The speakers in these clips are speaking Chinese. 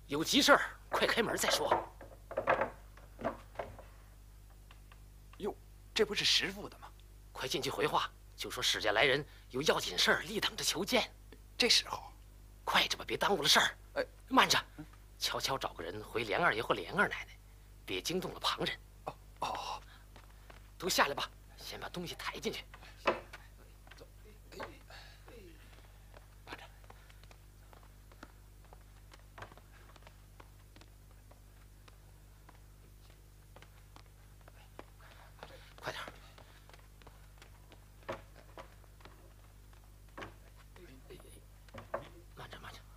有急事儿，快开门再说。 哟，这不是师傅的吗？ 快进去回话，就说史家来人有要紧事儿，立等着求见。 这时候， 快着吧，别耽误了事儿。慢着，悄悄找个人回连二爷或连二奶奶，别惊动了旁人。 哦， 都下来吧，先把东西抬进去。快点。慢着，慢着。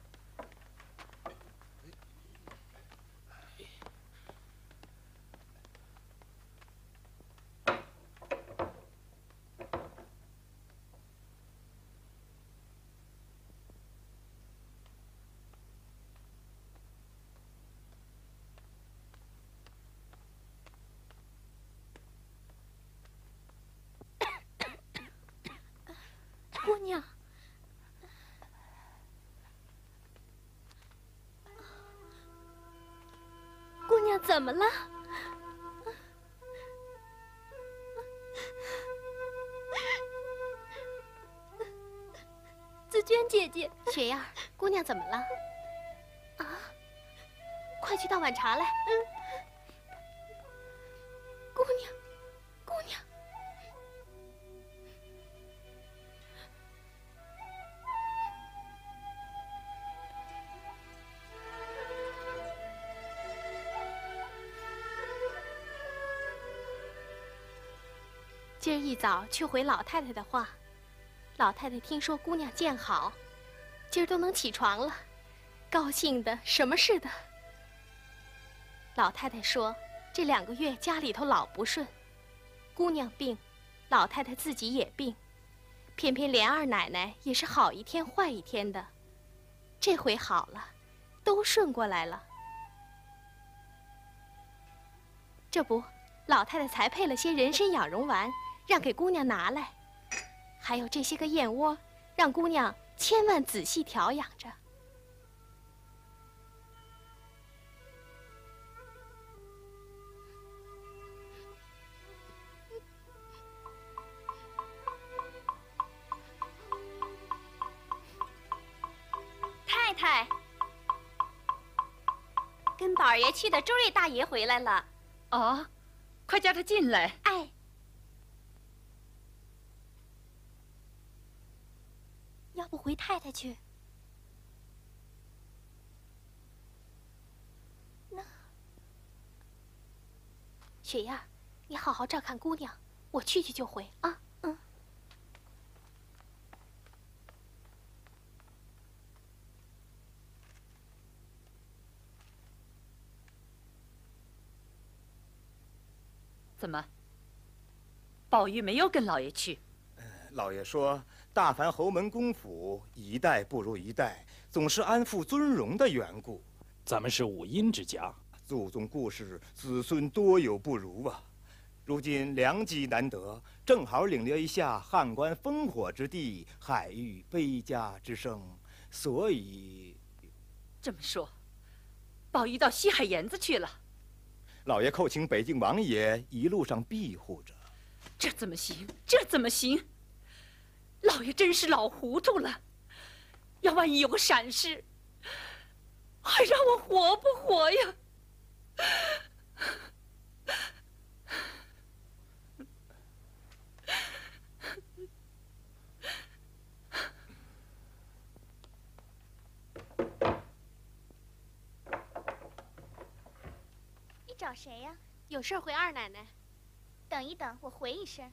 姑娘，姑娘怎么了？紫娟姐姐， 雪燕儿，姑娘怎么了？啊，快去倒碗茶来。 姑娘，姑娘。 今儿一早去回老太太的话，老太太听说姑娘见好，今儿都能起床了，高兴的什么似的。老太太说，这2个月家里头老不顺，姑娘病，老太太自己也病，偏偏连二奶奶也是好一天坏一天的，这回好了，都顺过来了。这不，老太太才配了些人参养荣丸，让给姑娘拿来，还有这些个燕窝，让姑娘千万仔细调养着。 太太，跟宝儿爷去的周瑞大爷回来了。 哦，快叫他进来。 哎。要不回太太去？ 那雪燕，你好好照看姑娘，我去就回啊。嗯。 怎么？宝玉没有跟老爷去？ 老爷说，大凡侯门公府，一代不如一代，总是安富尊荣的缘故。 咱们是五殷之家， 祖宗故世，子孙多有不如啊。如今良机难得，正好领略一下汉官烽火之地，海域悲家之声，所以这么说，宝玉到西海沿子去了。 老爷叩请北静王爷一路上庇护着。 这怎么行？这怎么行？老爷真是老糊涂了，要万一有个闪失，还让我活不活呀？ 你找谁呀？ 有事回二奶奶。 等一等，我回一声。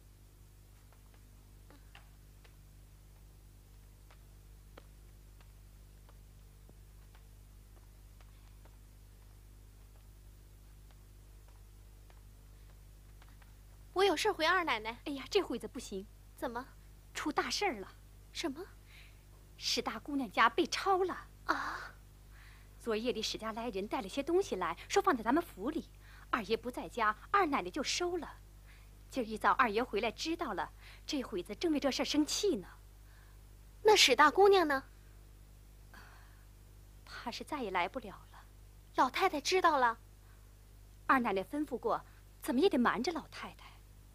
我有事回二奶奶。 哎呀，这会子不行， 怎么？ 出大事儿了！ 什么？ 史大姑娘家被抄了啊！ 昨夜里史家来人带了些东西来，说放在咱们府里。二爷不在家，二奶奶就收了。今儿一早二爷回来知道了，这会子正为这事生气呢。 那史大姑娘呢？ 怕是再也来不了了。 老太太知道了， 二奶奶吩咐过，怎么也得瞒着老太太。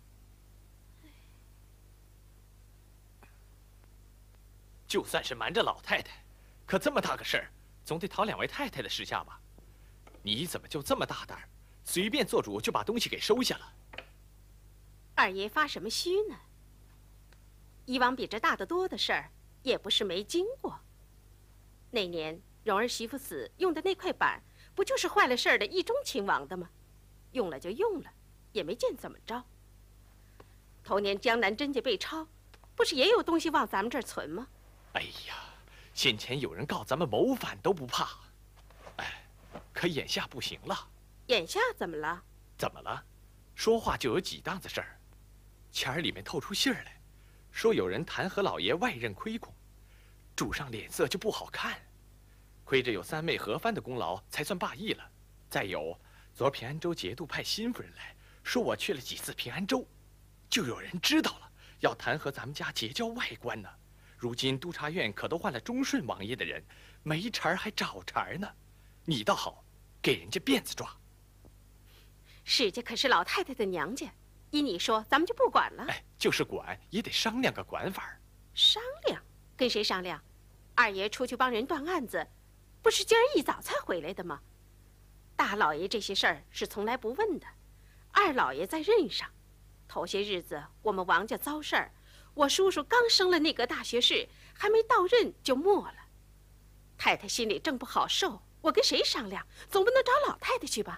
就算是瞒着老太太，可这么大个事儿，总得讨2位太太的示下吧？你怎么就这么大胆，随便做主就把东西给收下了？ 二爷发什么虚呢？以往比这大得多的事儿，也不是没经过。那年蓉儿媳妇死用的那块板，不就是坏了事儿的一中亲王的吗？用了就用了，也没见怎么着。头年江南甄家被抄，不是也有东西往咱们这儿存吗？ 哎呀，先前有人告咱们谋反都不怕，哎，可眼下不行了。 眼下怎么了？ 怎么了？说话就有几档子事儿。前儿里面透出信儿来，说有人弹劾老爷外任亏空，主上脸色就不好看。亏着有3妹合藩的功劳，才算罢役了。再有，昨儿平安州节度派新夫人来说我去了几次平安州，就有人知道了，要弹劾咱们家结交外官呢。如今督察院可都换了忠顺王爷的人，没茬儿还找茬儿呢。你倒好，给人家辫子抓。 史家可是老太太的娘家，依你说，咱们就不管了。 哎，就是管，也得商量个管法。 商量？跟谁商量？二爷出去帮人断案子，不是今儿一早才回来的吗？大老爷这些事儿是从来不问的，二老爷在任上。头些日子我们王家遭事儿，我叔叔刚升了内阁大学士，还没到任就没了。太太心里正不好受，我跟谁商量？总不能找老太太去吧？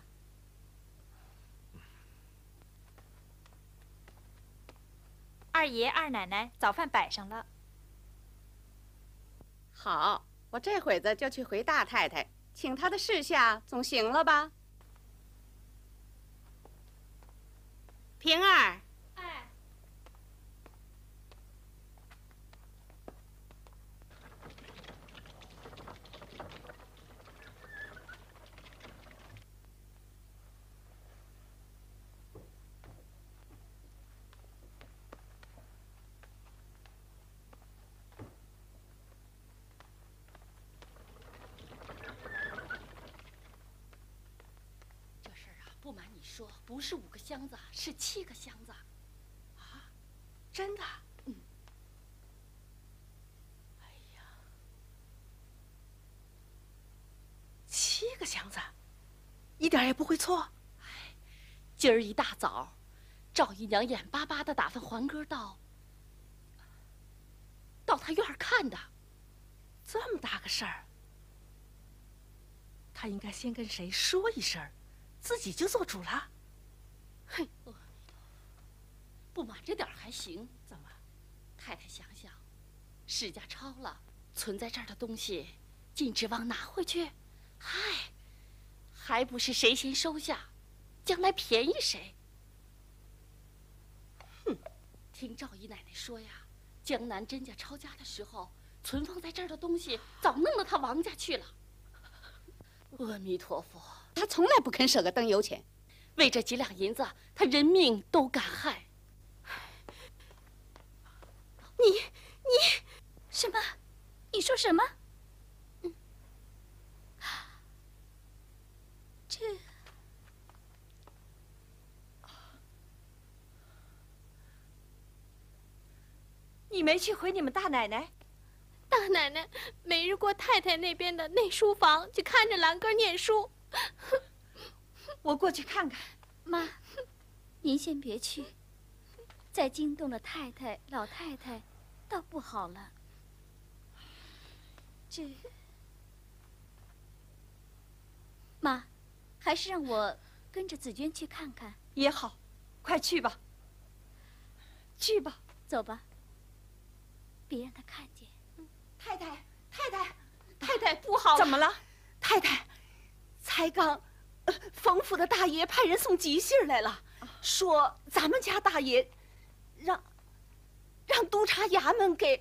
二爷、二奶奶，早饭摆上了。 好，我这会子就去回大太太，请她的示下，总行了吧？平儿。 哎。 不瞒你说，不是5个箱子，是7个箱子。 啊，真的？ 嗯。 哎呀，7个箱子，一点也不会错。 哎，今儿一大早，赵姨娘眼巴巴的打发环哥到她院儿看的。 这么大个事儿，她应该先跟谁说一声，自己就做主了。 哼，不瞒着点还行。 怎么？ 太太想想，史家抄了存在这儿的东西，尽指望拿回去？嗨，还不是谁先收下，将来便宜谁。哼，听赵姨奶奶说呀，江南甄家抄家的时候，存放在这儿的东西早弄到他王家去了。阿弥陀佛。 他从来不肯舍个灯油钱， 为这几两银子，他人命都敢害。 你什么？你说什么？这你没去回你们大奶奶？ 大奶奶每日过太太那边的内书房去看着兰哥念书。 我过去看看。 妈，您先别去，再惊动了太太、老太太，倒不好了。妈，还是让我跟着紫娟去看看也好，快去吧。去吧， 走吧，别让她看见。 太太，不好了！ 怎么了？ 太太，才刚，冯府的大爷派人送急信来了，说咱们家大爷让督察衙门给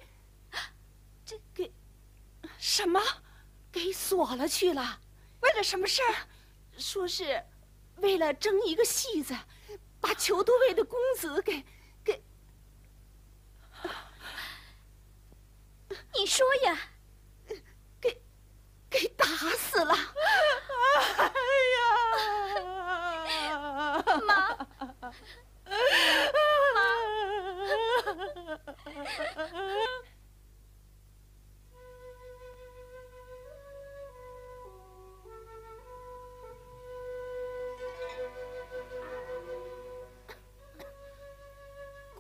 什么给锁了去了。 为了什么事儿？ 说是为了争一个戏子，把裘都尉的公子给。 你说呀， 给打死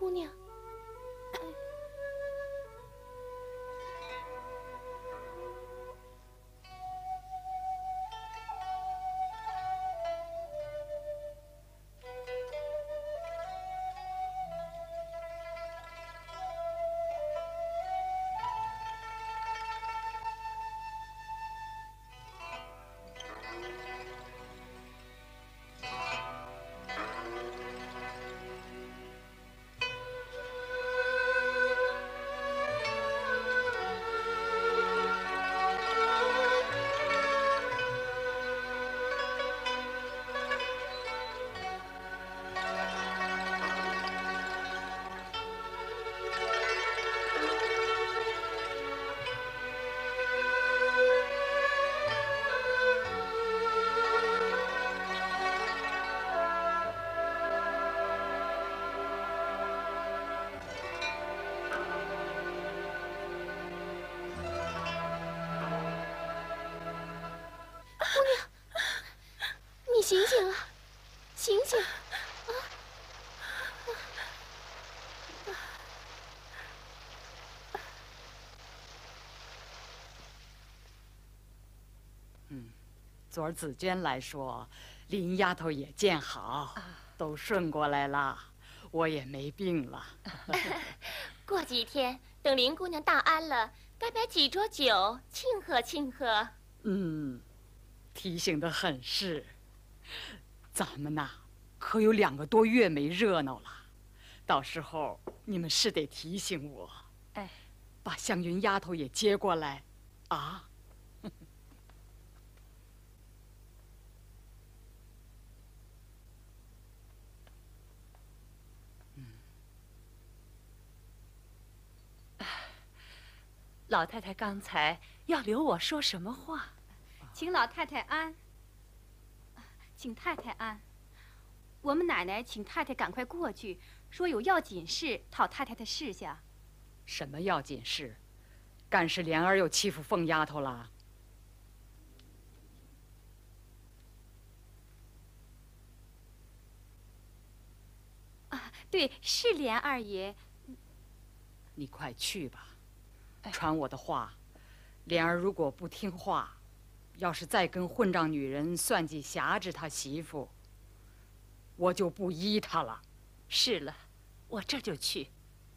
姑娘。醒醒啊！醒醒！啊！ 昨儿紫娟来说，林丫头也见好，都顺过来了，我也没病了。 过几天等林姑娘大安了，该摆几桌酒庆贺庆贺。 提醒得很是。咱们呐，可有2个多月没热闹了，到时候你们是得提醒我，把湘云丫头也接过来，啊。 老太太刚才要留我说什么话？ 请老太太安，请太太安。我们奶奶请太太赶快过去，说有要紧事讨太太的示下。 什么要紧事？干是莲儿又欺负凤丫头了？ 啊，对，是莲二爷。 你快去吧。传我的话，莲儿如果不听话，要是再跟混账女人算计挟制他媳妇，我就不依他了。 是了，我这就去。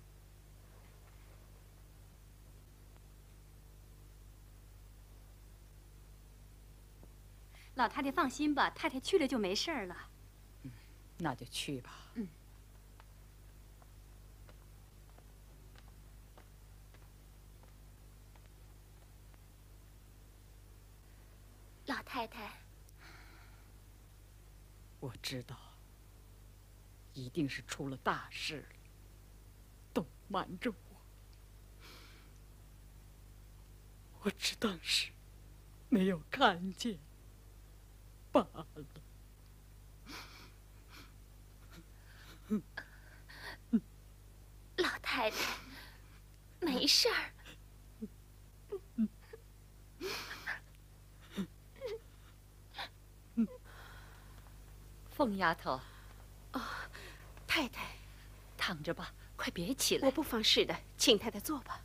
老太太放心吧，太太去了就没事了。 那就去吧。 老太太， 我知道，一定是出了大事了，都瞒着我。我只当是没有看见罢了。 老太太，没事儿。 凤丫头， 太太， 躺着吧，快别起来。 我不妨事的，请太太坐吧。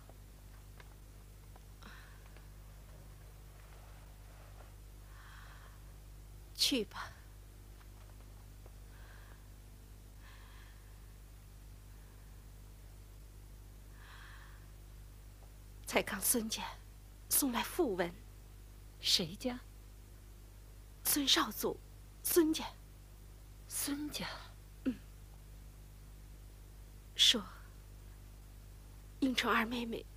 去吧。才刚孙家送来讣文。 谁家？ 孙少祖，孙家。 孙家。 说迎春二妹妹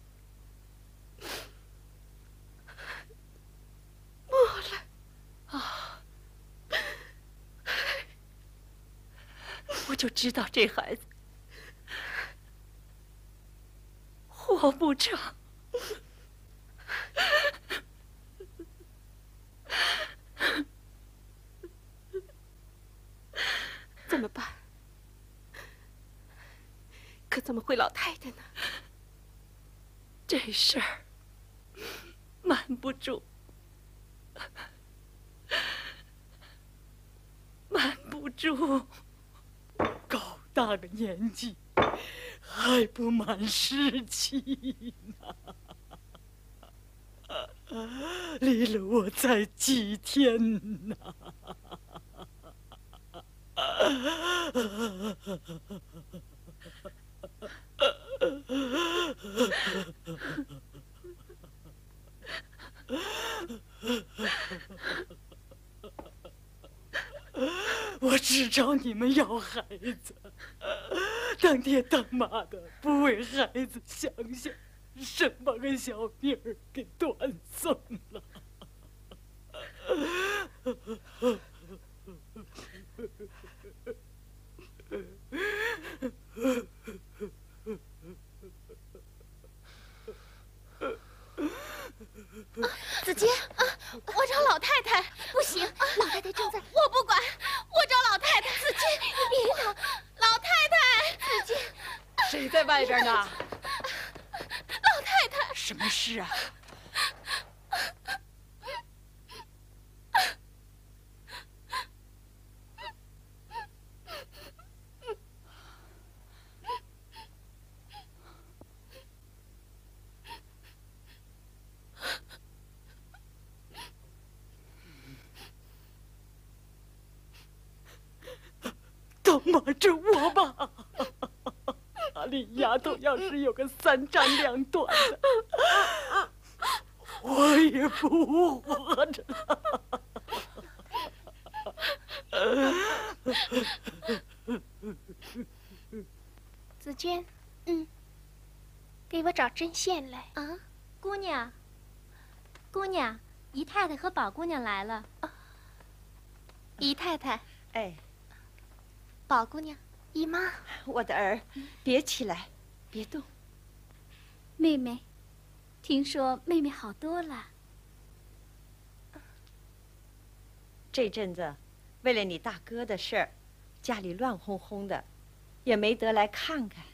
没了。 啊！我就知道这孩子活不长。 怎么办？可怎么会老太太呢？ 这事儿瞒不住，瞒不住。 高大个年纪， 还不满17呢，离了我才几天呢。我只找你们要孩子，当爹当妈的不为孩子想想，生把个小命儿给断送了。 子坚，我找老太太。不行，老太太正在。我不管，我找老太太。子坚，你别找老太太。子坚， 谁在外边呢？ 老太太。 什么事啊？都瞒着我吧！那丫头要是有个3长2短的，我也不活着了。 子娟，给我找针线来啊！ 姑娘，姑娘，姨太太和宝姑娘来了。 姨太太， 哎， 宝姑娘，姨妈， 我的儿，别起来，别动。 妹妹，听说妹妹好多了。 这阵子，为了你大哥的事儿，家里乱哄哄的，也没得来看看。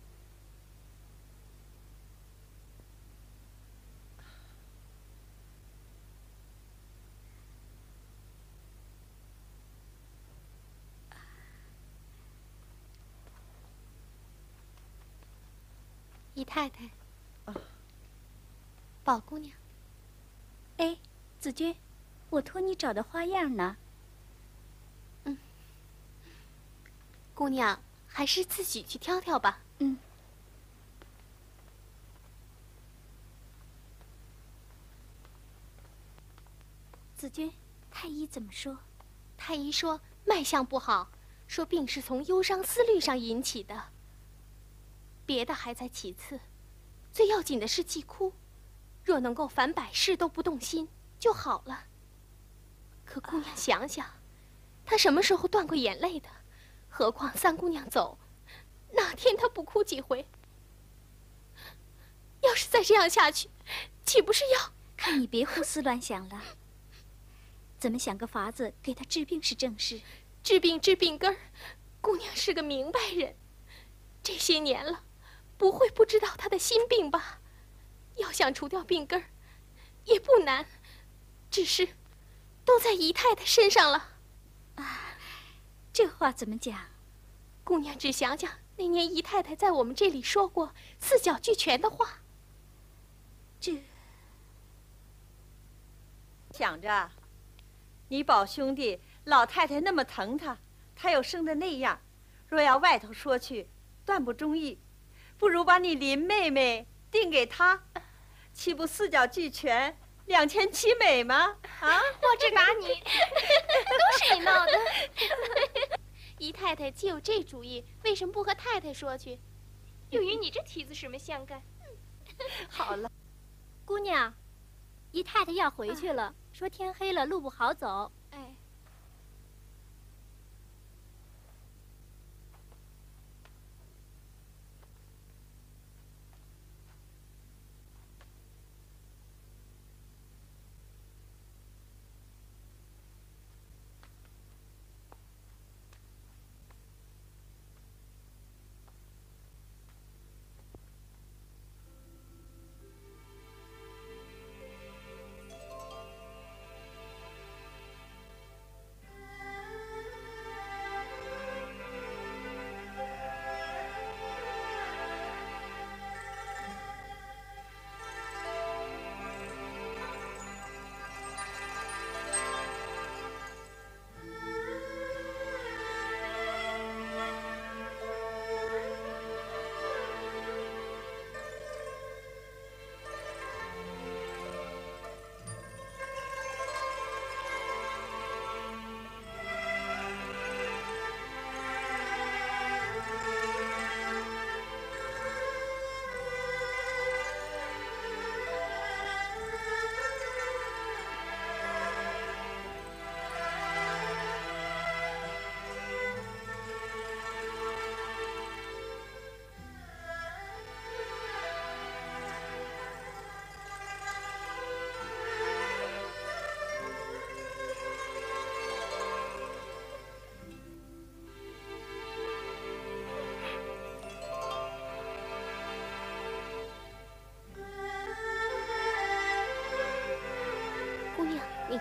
姨太太，宝姑娘， 哎，子君，我托你找的花样呢。 姑娘还是自己去挑挑吧。 子君，太医怎么说？ 太医说脉象不好，说病是从忧伤思虑上引起的。别的还在其次，最要紧的是忌哭。若能够凡百事都不动心就好了。可姑娘想想，她什么时候断过眼泪的？何况三姑娘走，哪天她不哭几回？要是再这样下去，岂不是要…… 看你别胡思乱想了。怎么想个法子给她治病是正事。 治病治病根儿，姑娘是个明白人，这些年了。不会不知道他的心病吧？要想除掉病根儿，也不难，只是都在姨太太身上了。 这话怎么讲？ 姑娘只想想那年姨太太在我们这里说过四角俱全的话。 这想着，你宝兄弟老太太那么疼他，他又生的那样，若要外头说去，断不中意。不如把你林妹妹定给他，岂不四角俱全，2全其美吗？啊！ 我只打你，都是你闹的。姨太太既有这主意，为什么不和太太说去？又与你这蹄子什么相干？ 好了， 姑娘，姨太太要回去了，说天黑了，路不好走。 哎。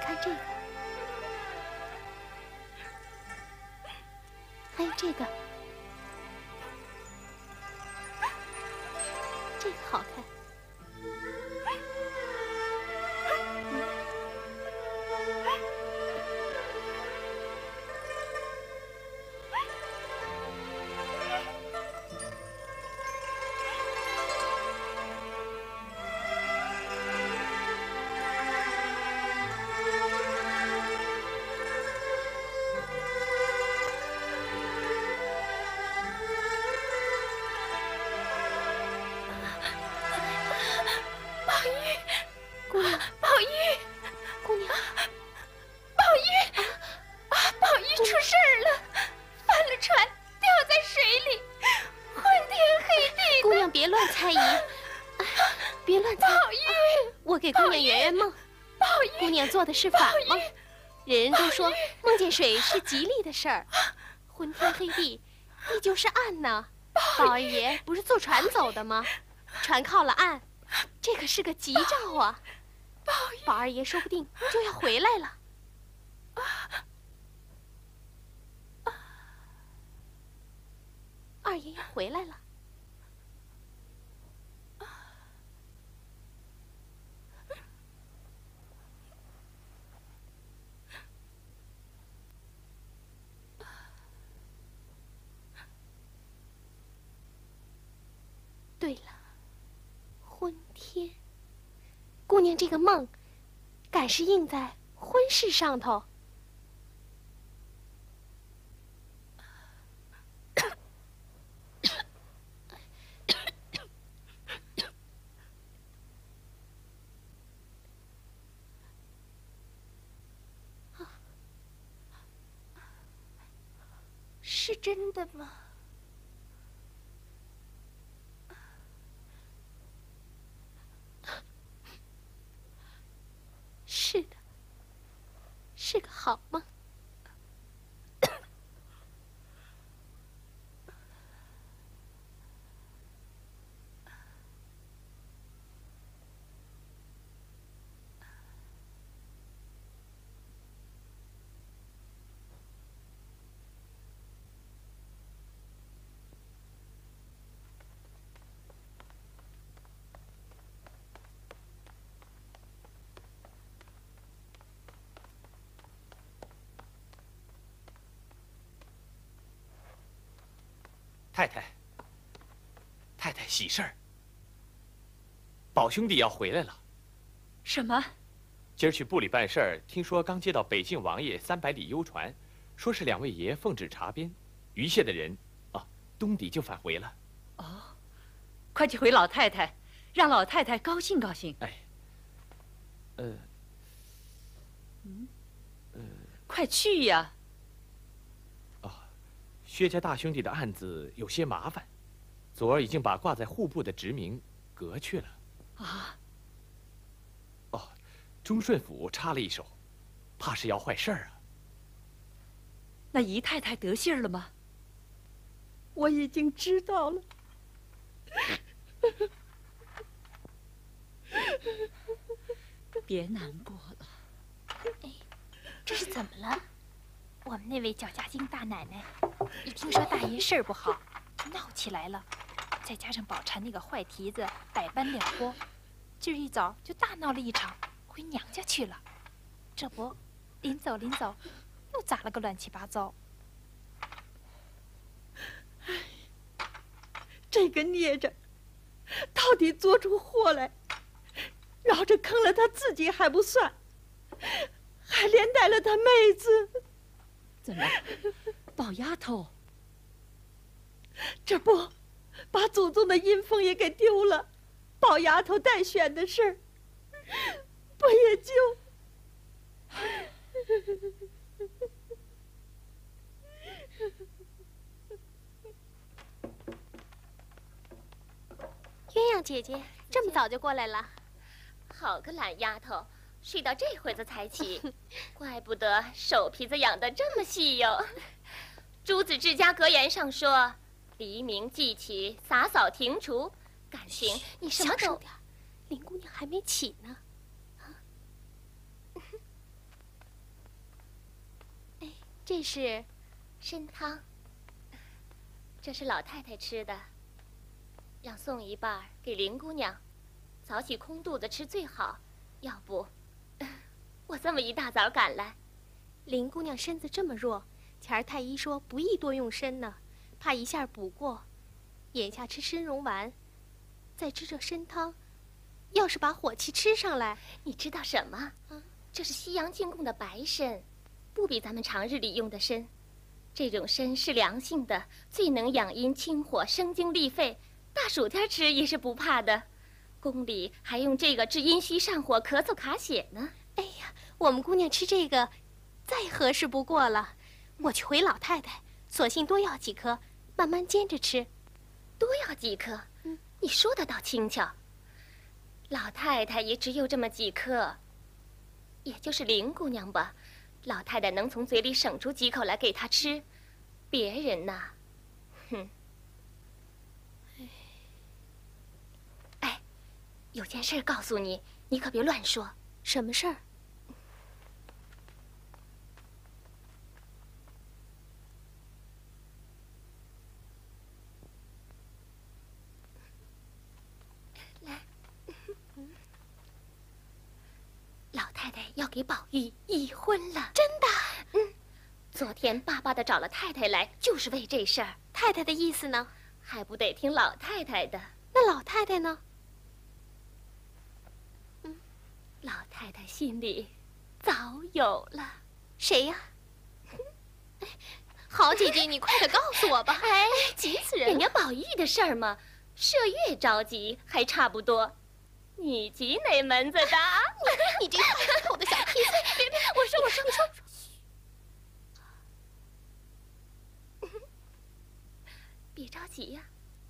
看这个，还有这个，这个好看。做的是反梦，人人都说梦见水是吉利的事儿，昏天黑地，地就是岸呢。宝二爷不是坐船走的吗？船靠了岸，这可是个吉兆啊！宝二爷说不定就要回来了。二爷要回来了。对了，婚天，姑娘这个梦，赶是印在婚事上头。是真的吗？是的，是个好梦。 太太喜事儿，宝兄弟要回来了。 什么？ 今儿去部里办事儿，听说刚接到北境王爷300里邮传，说是2位爷奉旨查边，余下的人冬底就返回了。 哦，快去回老太太，让老太太高兴高兴。 哎， 快去呀！ 薛家大兄弟的案子有些麻烦，昨儿已经把挂在户部的职名革去了。 啊！ 忠顺府插了一手，怕是要坏事儿啊。 那姨太太得信儿了吗？ 我已经知道了。 别难过了。 哎，这是怎么了？我们那位叫家金大奶奶，一听说大爷事儿不好，就闹起来了。再加上宝钗那个坏蹄子百般撩拨，今儿一早就大闹了一场，回娘家去了。这不，临走又砸了个乱七八糟。 这个孽障，到底做出祸来，绕着坑了他自己还不算，还连带了他妹子。 怎么，宝丫头？ 这不，把祖宗的阴风也给丢了，宝丫头待选的事儿，不也就…… 鸳鸯姐姐这么早就过来了， 好个懒丫头，睡到这会子才起，怪不得手皮子养得这么细哟。朱子治家格言上说：“黎明即起，洒扫庭除。”感情你什么都…… 点，林姑娘还没起呢。 这是参汤，这是老太太吃的，要送一半给林姑娘，早起空肚子吃最好。要不，我这么一大早赶来。 林姑娘身子这么弱，前儿太医说不宜多用参呢，怕一下补过。眼下吃参茸丸，再吃这参汤，要是把火气吃上来， 你知道什么？这是西洋进贡的白参，不比咱们常日里用的参。这种参是凉性的，最能养阴清火、生津利肺，大暑天吃也是不怕的。宫里还用这个治阴虚上火、咳嗽卡血呢。 哎呀，我们姑娘吃这个再合适不过了。我去回老太太，索性多要几颗，慢慢煎着吃。 多要几颗？你说的倒轻巧。老太太也只有这么几颗，也就是林姑娘吧。老太太能从嘴里省出几口来给她吃，别人呐，哼。哎，有件事告诉你，你可别乱说。 什么事儿？ 老太太要给宝玉议婚了， 真的？ 昨天巴巴的找了太太来，就是为这事儿。 太太的意思呢？ 还不得听老太太的。 那老太太呢？ 老太太心里早有了。 谁呀？好姐姐，你快点告诉我吧！ 哎， 急死人了！ 人家宝玉的事儿嘛，麝月着急还差不多。你急哪门子的？ 你这坏头的小屁子！ 别，我说，你说。别着急呀。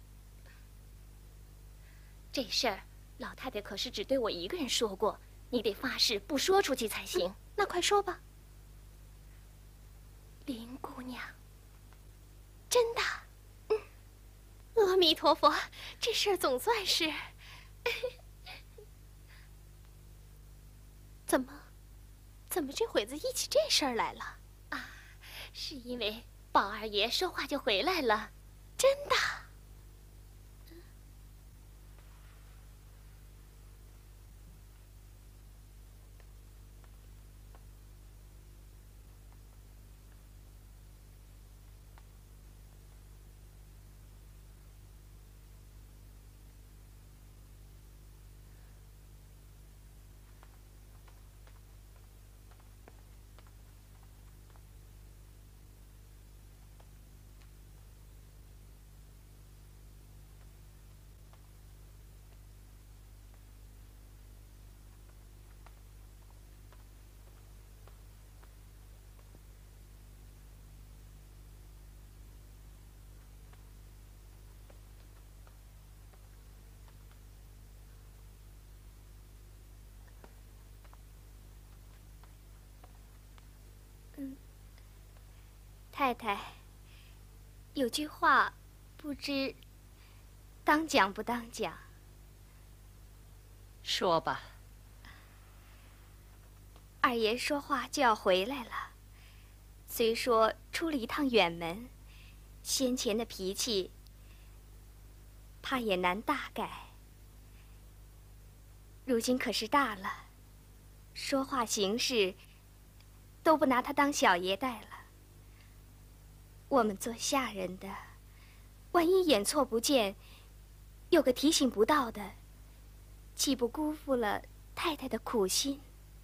这事儿，老太太可是只对我一个人说过，你得发誓不说出去才行。 那快说吧。 林姑娘， 真的？阿弥陀佛，这事儿总算是……怎么这会子一起这事儿来了？ 啊，是因为宝二爷说话就回来了。 真的？太太，有句话，不知当讲不当讲。 说吧。 二爷说话就要回来了，虽说出了一趟远门，先前的脾气，怕也难大改。如今可是大了，说话行事都不拿他当小爷带了。我们做下人的，万一眼错不见，有个提醒不到的，岂不辜负了太太的苦心？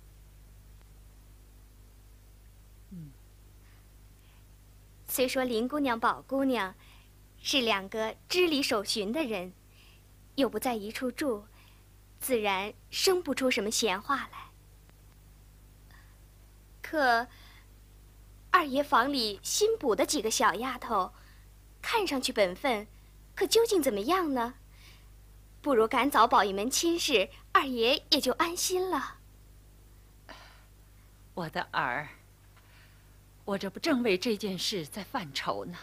虽说林姑娘、宝姑娘是两个知礼守循的人，又不在一处住，自然生不出什么闲话来。可二爷房里新补的几个小丫头，看上去本分，可究竟怎么样呢？不如赶早保一门亲事，二爷也就安心了。 我的儿，我这不正为这件事在犯愁呢。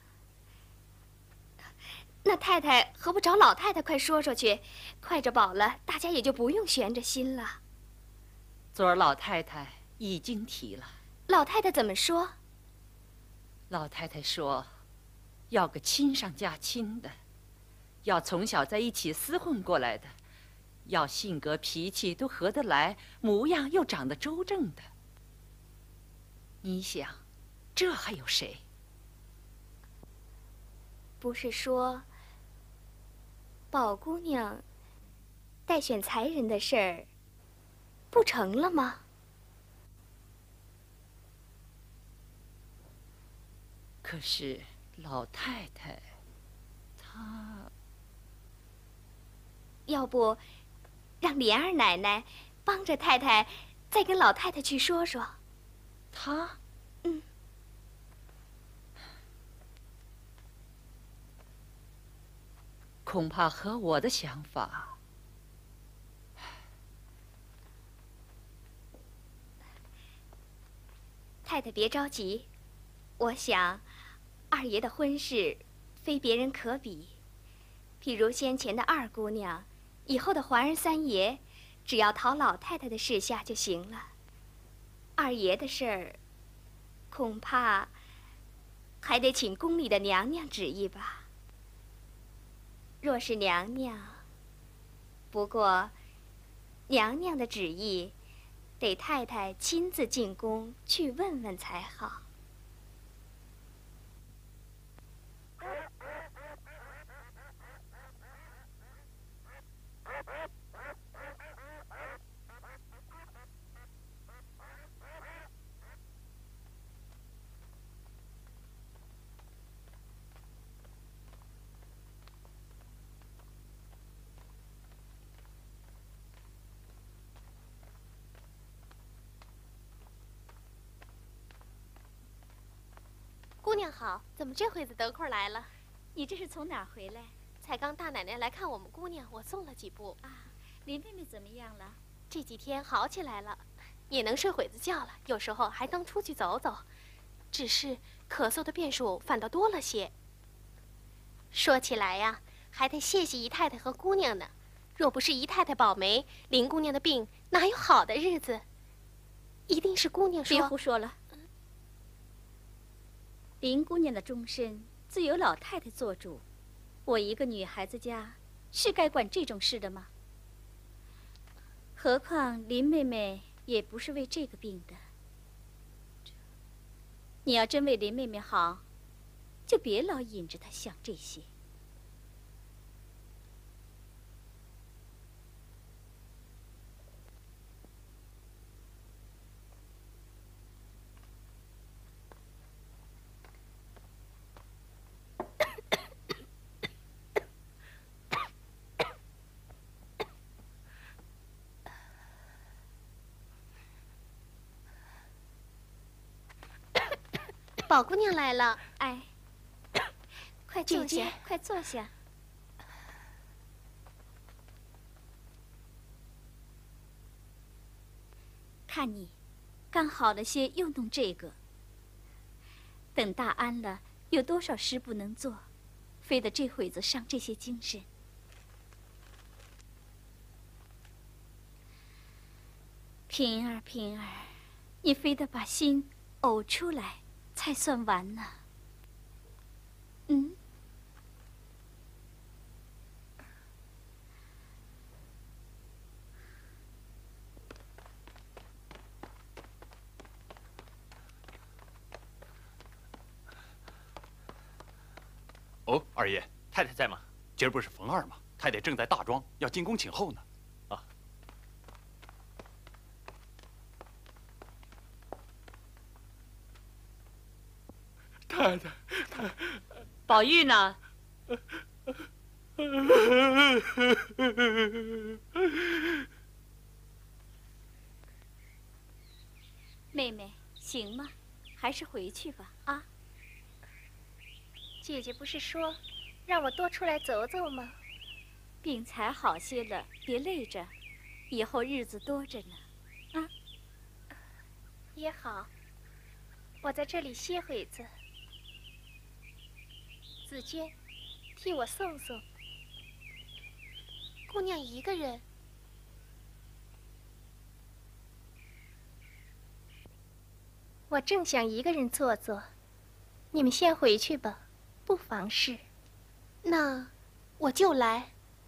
那太太何不找老太太快说说去，快着保了，大家也就不用悬着心了。 昨儿老太太已经提了。 老太太怎么说？ 老太太说，要个亲上加亲的，要从小在一起厮混过来的，要性格脾气都合得来，模样又长得周正的。你想，这还有谁？ 不是说宝姑娘待选才人的事儿不成了吗？ 可是老太太，她…… 要不，让莲二奶奶帮着太太，再跟老太太去说说。 她？恐怕和我的想法…… 太太别着急，我想，二爷的婚事非别人可比。譬如先前的二姑娘，以后的环儿三爷，只要讨老太太的示下就行了。二爷的事儿，恐怕还得请宫里的娘娘旨意吧。若是娘娘，不过娘娘的旨意，得太太亲自进宫去问问才好。 姑娘好，怎么这会子得空来了？ 你这是从哪儿回来？ 才刚大奶奶来看我们姑娘，我送了几步。 啊，林妹妹怎么样了？ 这几天好起来了，也能睡会子觉了，有时候还能出去走走。只是咳嗽的变数反倒多了些。说起来呀，还得谢谢姨太太和姑娘呢。若不是姨太太保媒，林姑娘的病哪有好的日子？一定是姑娘说。 别胡说了。林姑娘的终身自有老太太做主，我一个女孩子家是该管这种事的吗？何况林妹妹也不是为这个病的。你要真为林妹妹好，就别老引着她想这些。 宝姑娘来了， 哎，快坐下，快坐下。看你，刚好了些又弄这个。等大安了，有多少事不能做，非得这会子伤这些精神。平儿，平儿，你非得把心呕出来才算完呢。 哦，二爷， 太太在吗？ 今儿不是冯二吗？太太正在大庄，要进宫请候呢。 啊。 太太，宝玉呢？ 妹妹，行吗？还是回去吧。啊。 姐姐不是说让我多出来走走吗？ 病才好些了，别累着，以后日子多着呢。啊。 也好，我在这里歇会子。紫娟，替我送送。 姑娘一个人。 我正想一个人坐坐， 你们先回去吧，不妨事。 那我就来。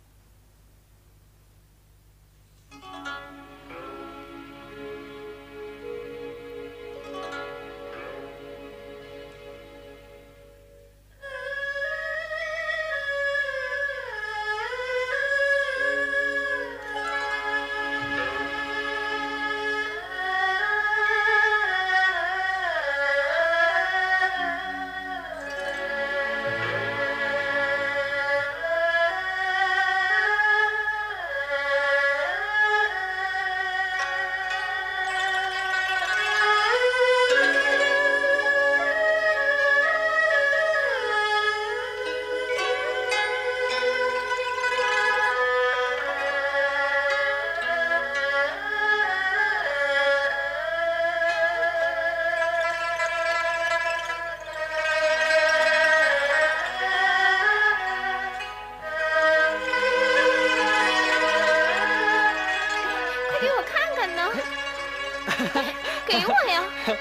给我呀！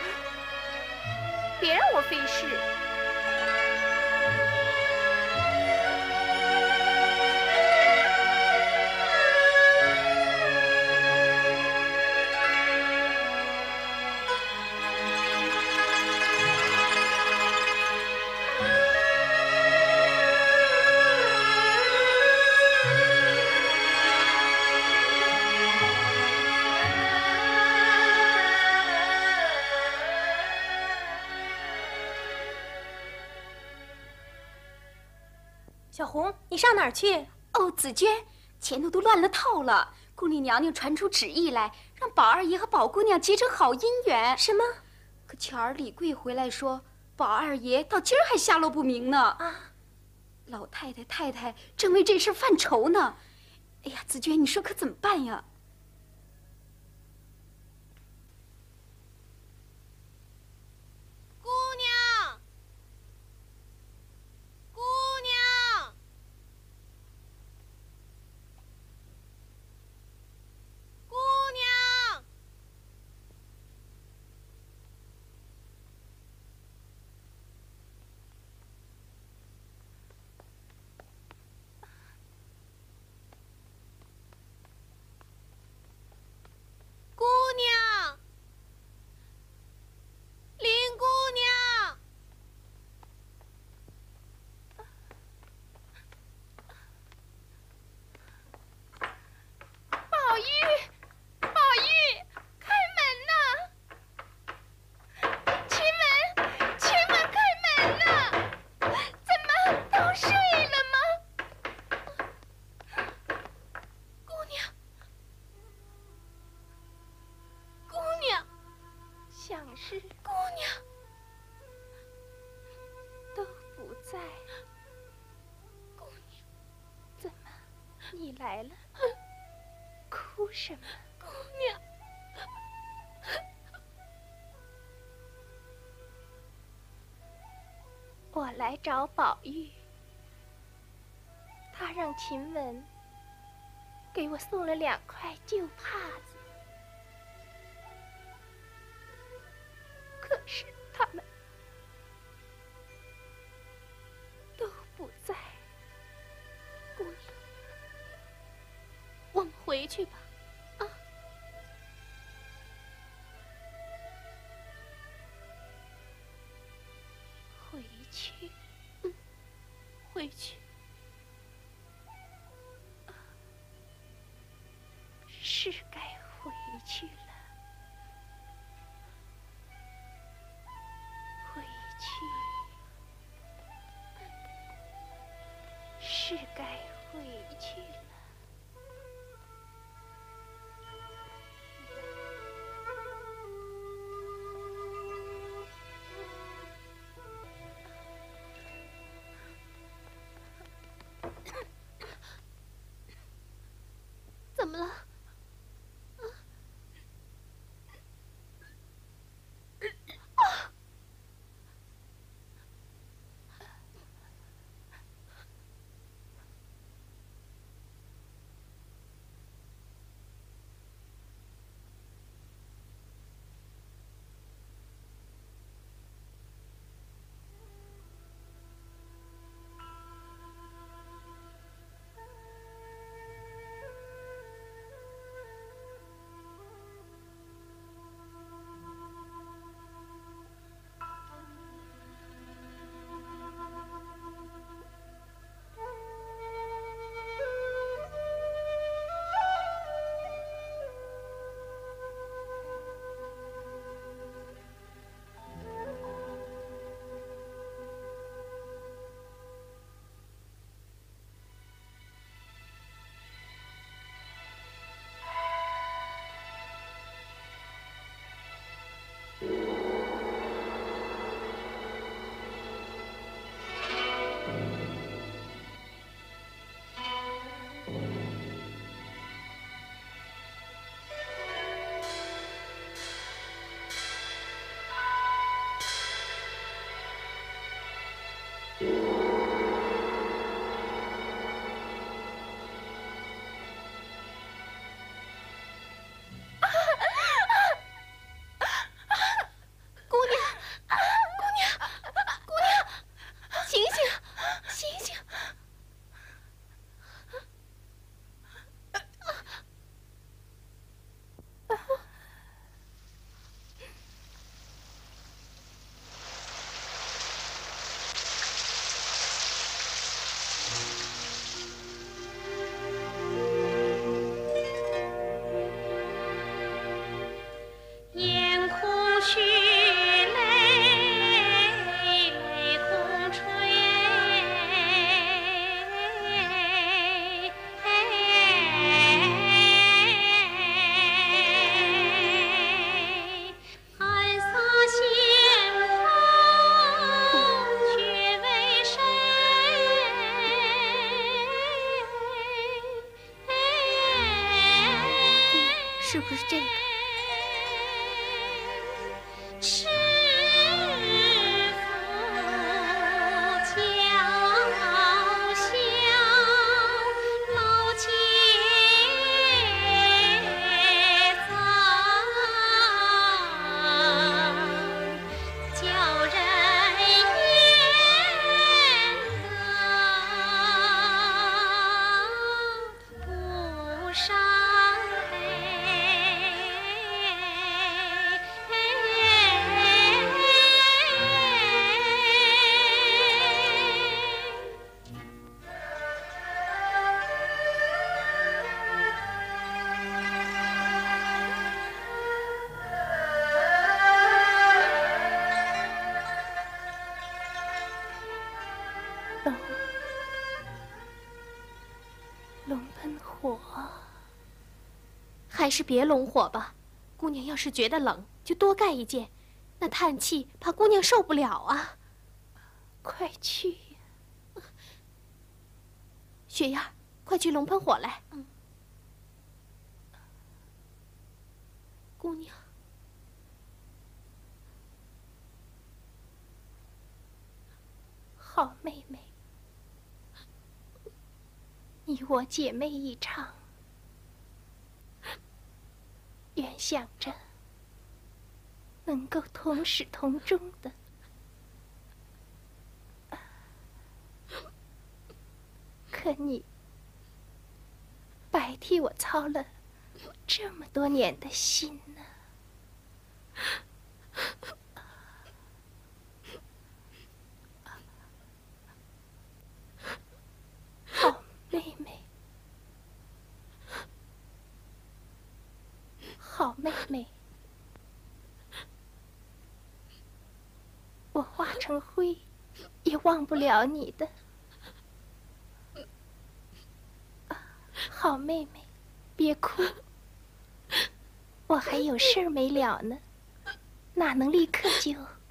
别让我费事。 小红，你上哪儿去？ 哦，紫娟，前头都乱了套了。宫里娘娘传出旨意来，让宝二爷和宝姑娘结成好姻缘。 什么？ 可前儿李贵回来说，宝二爷到今儿还下落不明呢。啊！老太太、太太正为这事犯愁呢。哎呀，紫娟，你说可怎么办呀？ 姑娘，姑娘，姑娘。姑娘，林姑娘， 宝玉，宝玉，开门呐！群文，群文，开门呐！怎么都睡了吗？姑娘，姑娘，想是姑娘都不在。姑娘，怎么你来了？哭什么？姑娘，我来找宝玉，他让晴雯给我送了2块旧帕子，可是他们都不在。姑娘，我们回去吧。啊，回去，回去。是该回去了，回去，是该回去了。 怎么了？ 是不是这个？ 是。 还是别拢火吧，姑娘要是觉得冷，就多盖一件。那叹气，怕姑娘受不了啊。快去呀，雪燕，快去龙喷火来。姑娘，好妹妹，你我姐妹一场。原想着能够同始同终的，可你白替我操了这么多年的心呢。好妹妹。好妹妹，我化成灰也忘不了你的。好妹妹，别哭，我还有事儿没了呢，哪能立刻就……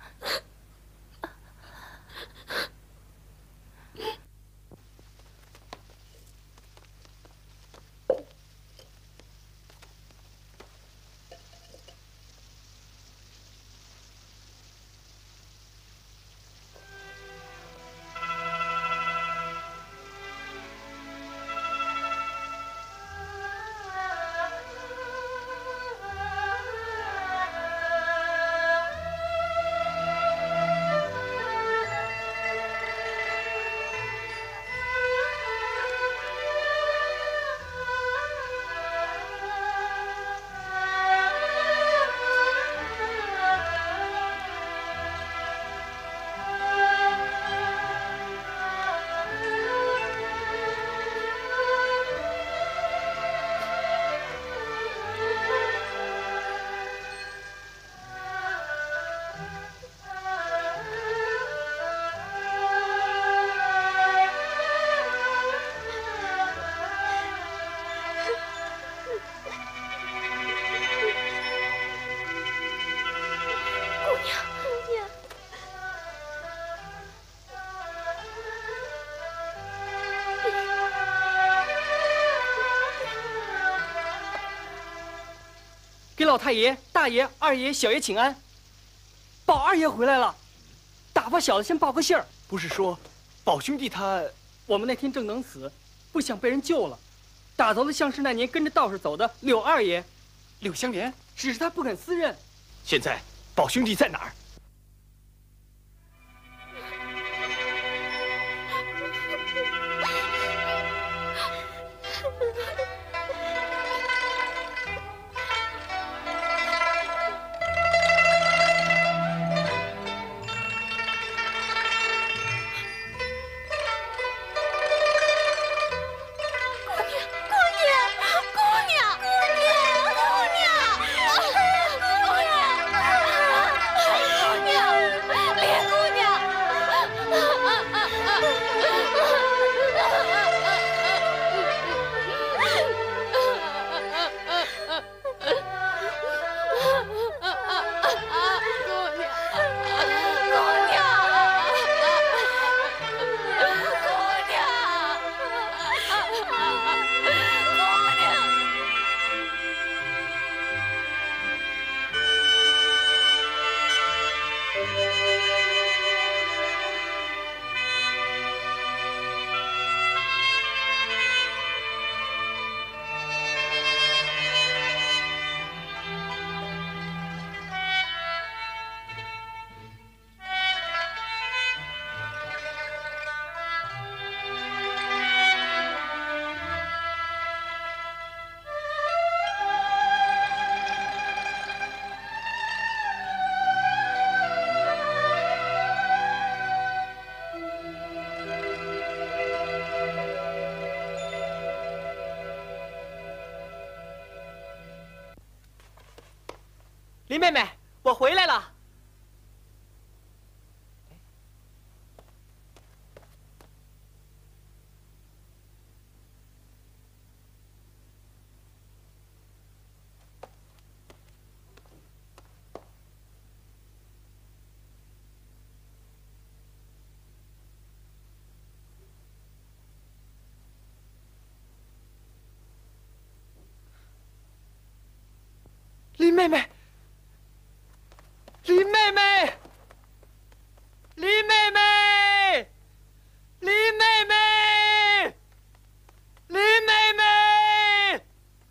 给老太爷、大爷、二爷、小爷请安。宝二爷回来了，打发小的先报个信儿。 不是说，宝兄弟他…… 我们那天正等死，不想被人救了，打走了像是那年跟着道士走的柳二爷， 柳香莲， 只是他不肯私认。 现在宝兄弟在哪儿？ 林妹妹，我回来了。林妹妹，林妹妹，林妹妹，林妹妹，林妹妹，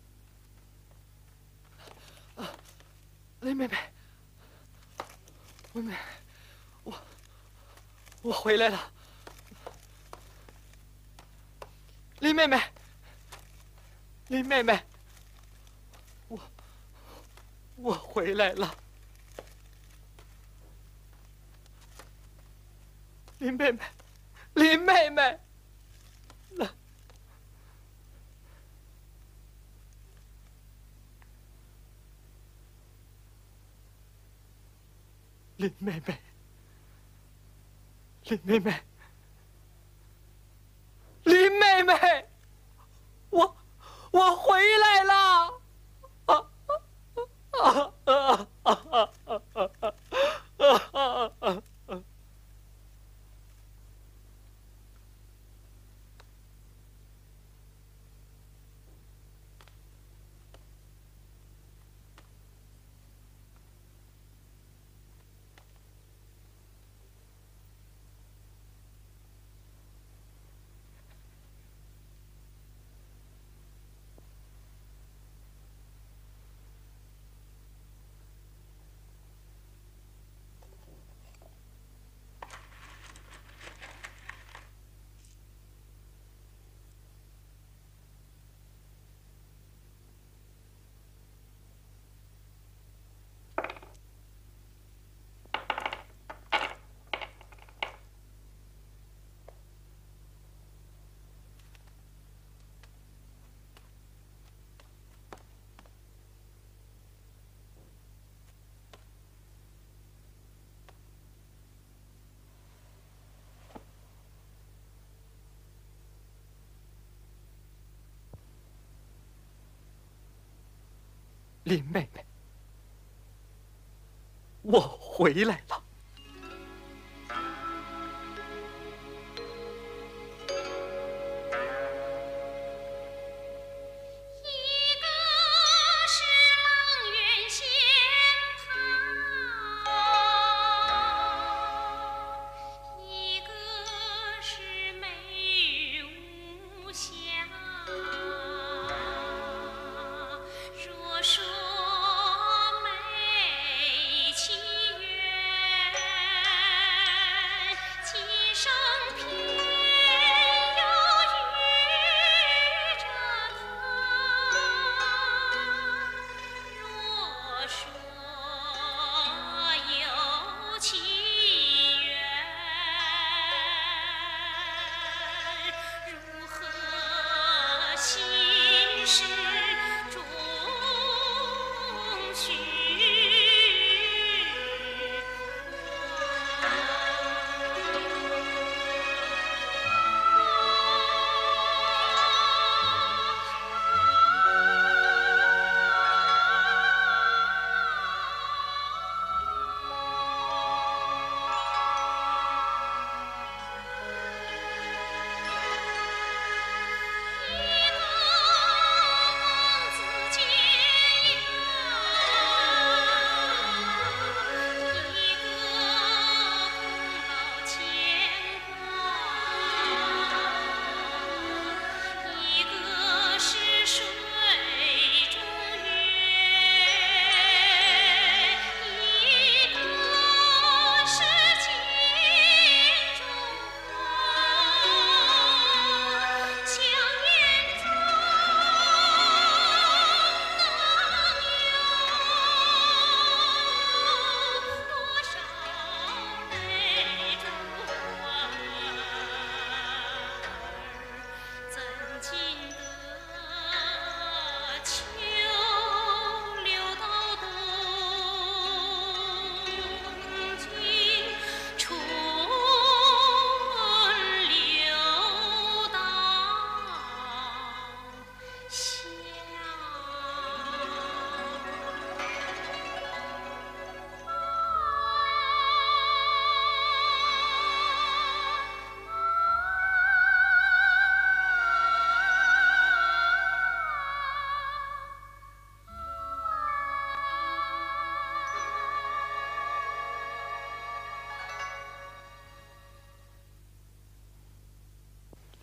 林妹妹，妹妹，我回来了。林妹妹，林妹妹。我回来了，林妹妹，林妹妹，林妹妹，林妹妹，林妹妹，我回来了。林妹妹，我回来了。 说美其缘。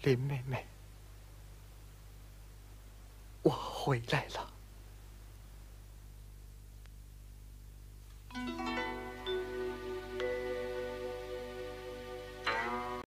林妹妹，我回来了。